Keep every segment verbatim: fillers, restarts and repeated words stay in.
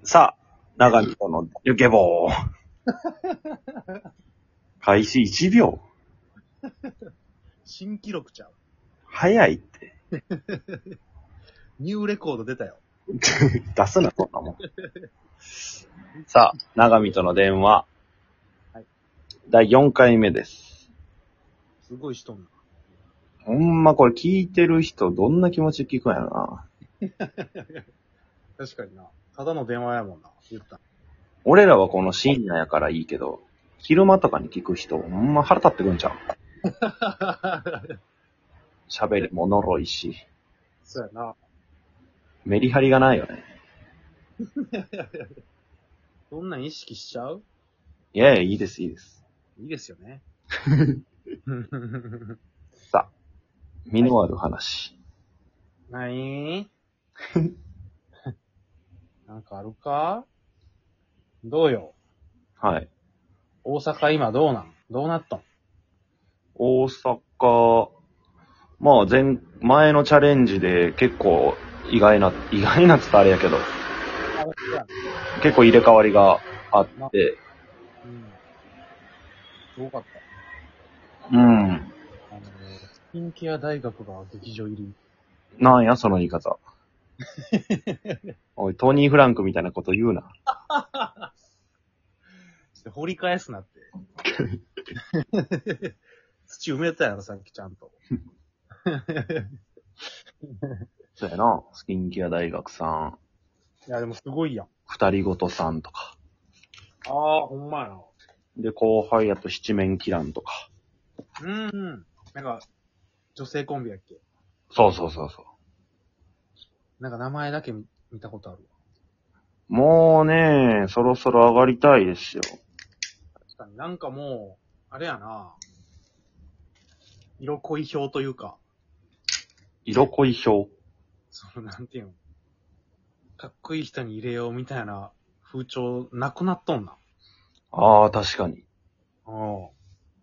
さあ、長見とのゆけぼー。開始いちびょう。 新記録ちゃう。 早いって。 ニューレコード出たよ。 出すな、そんなもん。さあ、長見との電話。 はい。 だいよんかいめです。 すごい人な。 ほんまこれ聞いてる人どんな気持ちで聞くんやろな。 確かにな。ただの電話やもんな。言った。 俺らはこの深夜やからいいけど、昼間とかに聞く人、ほんま腹立ってくんちゃう。喋りものろいし。 そうやな。 メリハリがないよね。 そんなん意識しちゃう？ いやいや、いいです、いいです。 いいですよね。 さあ、身のある話。 なになんかあるか？どうよ。 はい。 大阪今どうなん？どうなったん？ 大阪、まあ前、前のチャレンジで結構意外な、意外なって言ったらあれやけど、 あ、そうやね。 結構入れ替わりがあって、 うん。すごかった。 うん。 あの、スキンケア大学が劇場入り。 なんや、その言い方。おい、トニー・フランクみたいなこと言うな。 掘り返すなって。土埋めたやろ、さっきちゃんと。 そうやな。スキンケア大学さん、 いや、でもすごいやん。 二人ごとさんとか。 ああ、ほんまやな。 で、後輩やと七面キランとか。 うんうん。なんか、女性コンビやっけ？ そうそうそうそう。 なんか名前だけ見見たことあるわ。 もうね、そろそろ上がりたいですよ。 確かになんかもう、あれやな。色恋表というか、 色恋表。 その、なんていうの。かっこいい人に入れようみたいな風潮なくなっとんな。 ああ、確かに。 うん。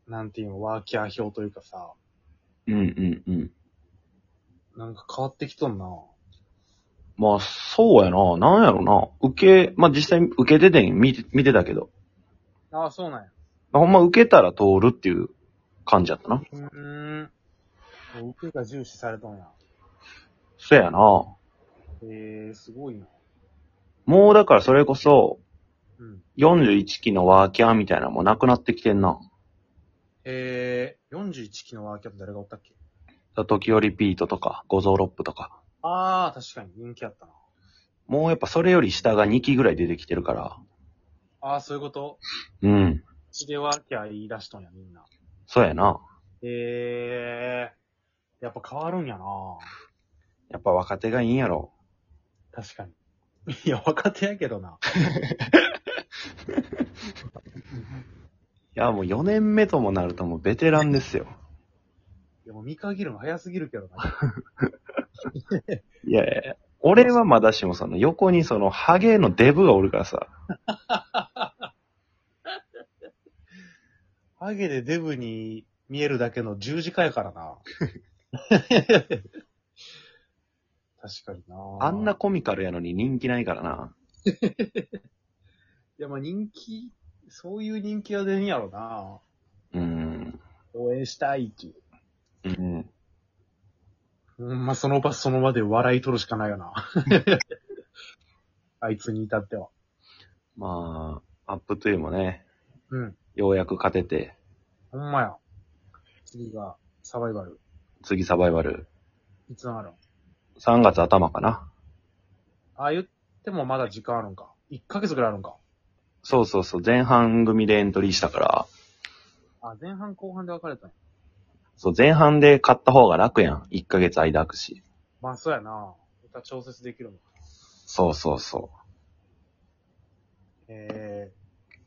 なんていうの、ワーキャー表というかさ、 うんうんうん。 なんか変わってきとんな。 まあ、そうやな。なんやろな。受け、まあ実際受けててん、見て、見てたけど。 ああ、そうなんや。 ほんま受けたら通るっていう感じやったな。 うーん。受けが重視されとんや。 そやな。 ええー、すごいな。 もうだからそれこそ、 うん。 よんじゅういちきのワーキャーみたいなのもなくなってきてんな。 えー、よんじゅういちきのワーキャーって誰がおったっけ？ 時折リピートとか、五臓六腑とか。 ああ、確かに人気あったな。 もうやっぱそれより下がにきぐらい出てきてるから。 ああ、そういうこと？ うん。 血でワーキャー言い出しとんや、みんな。 そうやな。 ええー、やっぱ変わるんやな。 やっぱ若手がいいんやろ。 確かに。いや、若手やけどな。 いや、もうよねんめともなるともうベテランですよ。 いや、もう見限るの早すぎるけどな。 いやいやいや。俺はまだしもその横にそのハゲのデブがおるからさ。 ハゲでデブに見えるだけの十字架やからな。確かにな。 あんなコミカルやのに人気ないからな。 いや、まあ人気、そういう人気は出んやろな。 うーん。 応援したいっていう。 うん。 うん、まあ、その場その場で笑い取るしかないよな。あいつに至っては。 まあ、アップトゥーもね、 うん。 ようやく勝てて、 ほんまや。次が、サバイバル。 次サバイバル。 いつなるん？ さんがつ頭かな。 ああ言ってもまだ時間あるんか。いっかげつぐらいあるんか。 そうそうそう、前半組でエントリーしたから、 あ、前半後半で分かれたんや。 そう、前半で勝った方が楽やん。いっかげつ間空くし。 まあ、そうやな。また調節できるのか。 そうそうそええ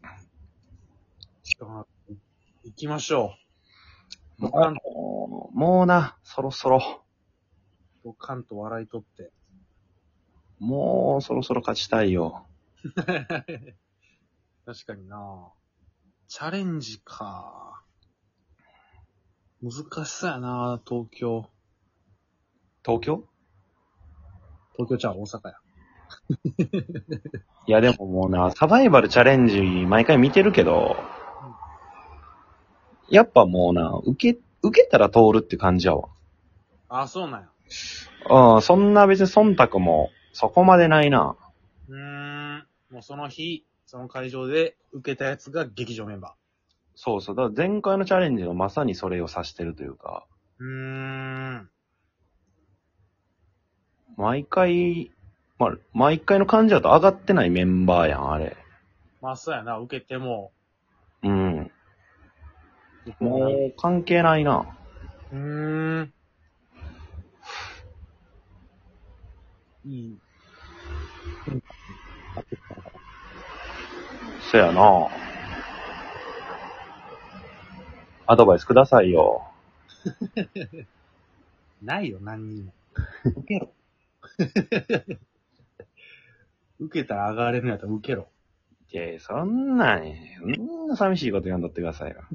ー。行きましょう。 う。 ドカン、 もう、もうな、そろそろ。 ドカンと笑い取って。 もう、そろそろ勝ちたいよ。 確かにな。チャレンジか。難しそうやな、東京。 東京？ 東京ちゃう、大阪や。 いやでももうな、サバイバルチャレンジ毎回見てるけど、やっぱもうな、受け、受けたら通るって感じやわ。 あ、そうなんや。 うん、そんな別に忖度もそこまでないな。 うーん。もうその日、その会場で受けたやつが劇場メンバそうそう。だから前回のチャレンジがまさにそれを指してるというか、 ー。うーん。 毎回、まあ、毎回の感じだと上がってないメンバーやん、あれ。 まあそうやな、受けても。 うん。 ももう関係ないな。 う。うーん。いい。 そやな。アドバイスくださいよ。 ないよ、何にも。受けろ。受けたら上がれるんやったら受けろ。 いやいや、そんなね、そんな寂しいこと言わんとってくださいよ。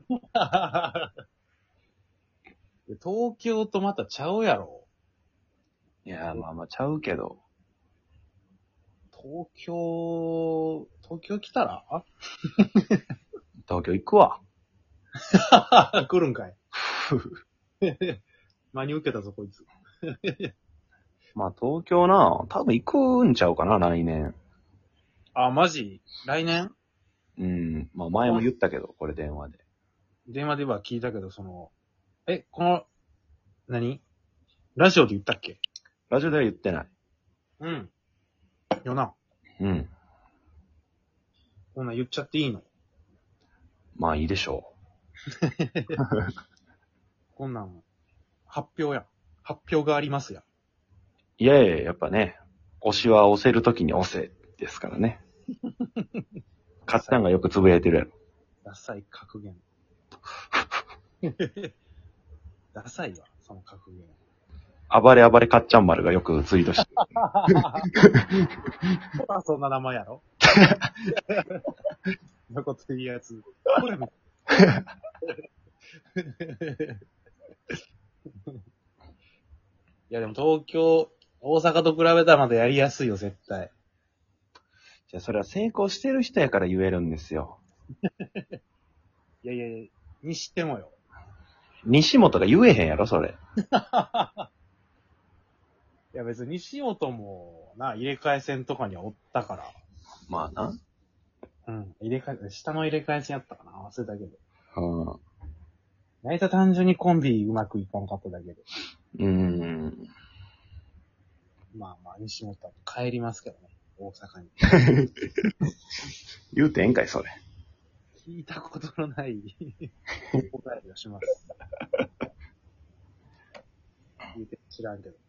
東京とまたちゃうやろ。 いや、まあまあちゃうけど。 東京、東京来たら東京行くわ。 来るんかい。真に受けたぞ、こいつ。 まあ東京な、多分行くんちゃうかな、来年。 あ、マジ来年うん。まあ前も言ったけど、これ電話で。 電話では聞いたけど、その、え、この、何ラジオで言ったっけ？ ラジオでは言ってない。 うん。よな。 うん。 こんなん言っちゃっていいの？ まあいいでしょこんなん、発表や。発表がありますや。 う。いやいや、やっぱね、推しは押せるときに押せですからね。カッタンがよくつぶやいてるやろ。 ダサい格言。ダサいわ、その格言。 暴れ暴れかっちゃん丸がよくツイートしてそんな名前やろのこと言うやつ。これも。いやでも東京、大阪と比べたらまだやりやすいよ、絶対。 じゃあそれは成功してる人やから言えるんですよ。 いやいやいや、にしてもよ。 西本が言えへんやろ、それ。 いや別に西本もな、入れ替え戦とかにはおったから。 まあな。 うん。入れ替え、下の入れ替え戦やったかな忘れたけど。 うん。 大体単純にコンビうまくいかんかっただけで。 うーん。 まあまあ、西本は帰りますけどね。大阪に。 言うてええんかい、それ。 聞いたことのないお答えをします。言うて知らんけど。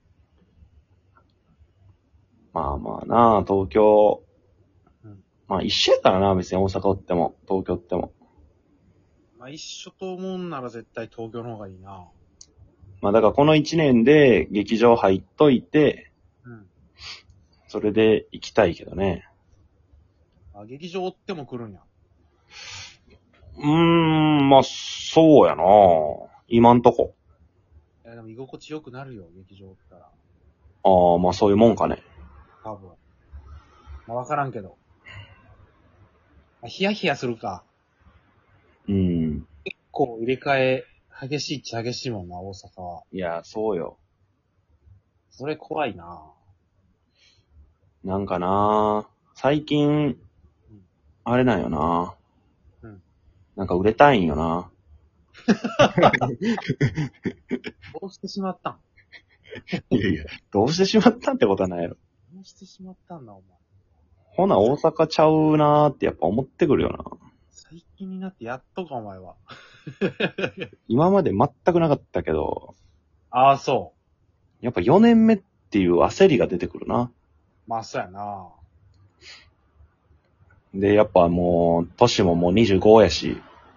まあまあな、東京。 うんまあ一緒やからな、別に大阪おっても、東京おっても。 まあ一緒と思うんなら絶対東京の方がいいな。 まあだからこの一年で劇場入っといて、 うん。 それで行きたいけどね。 あ、劇場追っても来るんや。 うーん、まあ、そうやな。今んとこ。 いやでも居心地良くなるよ、劇場おったら。 ああ、まあそういうもんかね。 多分。まあわからんけど。あ、ヒヤヒヤするか。 うん。 結構入れ替え、激しいっちゃ激しいもんな、大阪は。 いや、そうよ。 それ怖いな。 なんかな、最近、あれなんよな。 うんなんか売れたいんよな。 どうしてしまったんいやいや、どうしてしまったんってことはないやろ。 どうしてしまったんだ、お前。 ほな、大阪ちゃうなーってやっぱ思ってくるよな。 最近になってやっとか、お前は。 今まで全くなかったけど、 ああ、そやっぱよねんめっていう焦りが出てくるな。 う。まあ、そうやな。 で、やっぱもう、年ももうにじゅうごやし、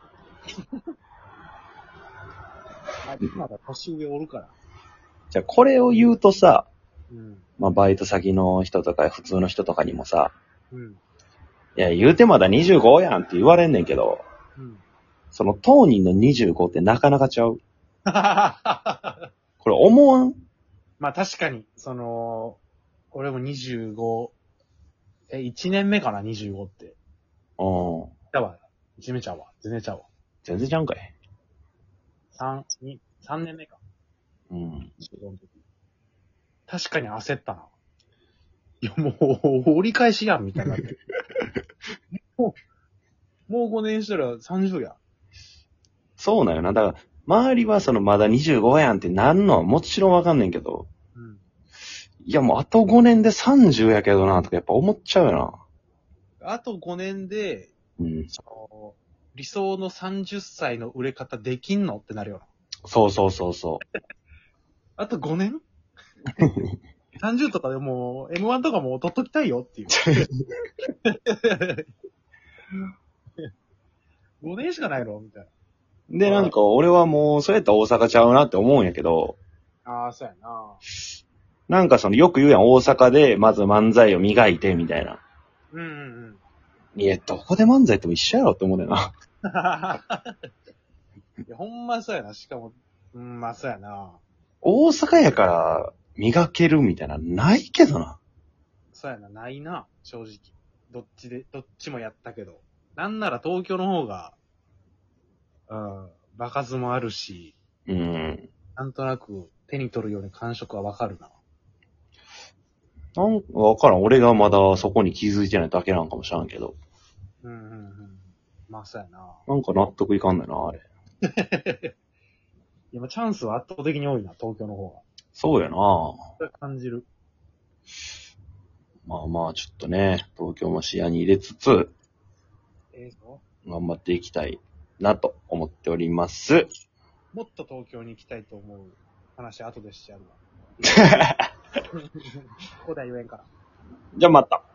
あ、まだ年上おるから。 じゃあこれを言うとさ、 うん。 まあバイト先の人とか普通の人とかにもさ、 うん。 いや、言うてまだにじゅうごやんって言われんねんけど、 うん。 その当人のにじゅうごってなかなかちゃう。これ思わん？ まあ確かに、その、俺もにじゅうごえ、いちねんめかな、にじゅうごって。 うん。 ちゃうわ。いちねんめちゃうわ。全然ちゃうわ。 全然ちゃうんかい。 さん、に、さんねんめか。 うん。 にじゅうごの時。確かに焦ったな。いや、もう、折り返しやん、みたいになって。もう、もうごねんしたらさんじゅうや。 そうなんよな。だから、周りはそのまだにじゅうごやんってなんのはもちろんわかんねんけど、 うん。 いやもうあとごねんでさんじゅうやけどな、とかやっぱ思っちゃうよな。 あとごねんで、 うん。 その、理想のさんじゅっさいの売れ方できんのってなるよな。 そうそうそうそあとごねん ?さんじゅう とかでもう、エムワン とかもう取っときたいよっていう。ごねんしかないのみたいな。 う。で、なんか俺はもう、そうやったら大阪ちゃうなって思うんやけど、 ああ、そうやな。 なんかそのよく言うやん、大阪でまず漫才を磨いてみたいな。 うんうんうん。 いや、どこで漫才っても一緒やろって思うねんな。 いや、ほんまそうやな。しかも、うん、まあそうやな。 大阪やから磨けるみたいな、ないけどな。 そうやな、ないな、正直。どっちで、どっちもやったけど。なんなら東京の方が、うん、場数もあるし、 うん。 なんとなく手に取るように感触はわかるな。 なんかわからん。俺がまだそこに気づいてないだけなんかもしらんけど。 うんうんうん。まあそうやな。 なんか納得いかんねんな、あれ。 今チャンスは圧倒的に多いな、東京の方が。 そうやな。 それ感じる。 まあまあ、ちょっとね、東京も視野に入れつつ、 ええぞ。 頑張っていきたいなと思っております。 もっと東京に行きたいと思う話後でしてやるわ。ここでは言えんから。 じゃあまた。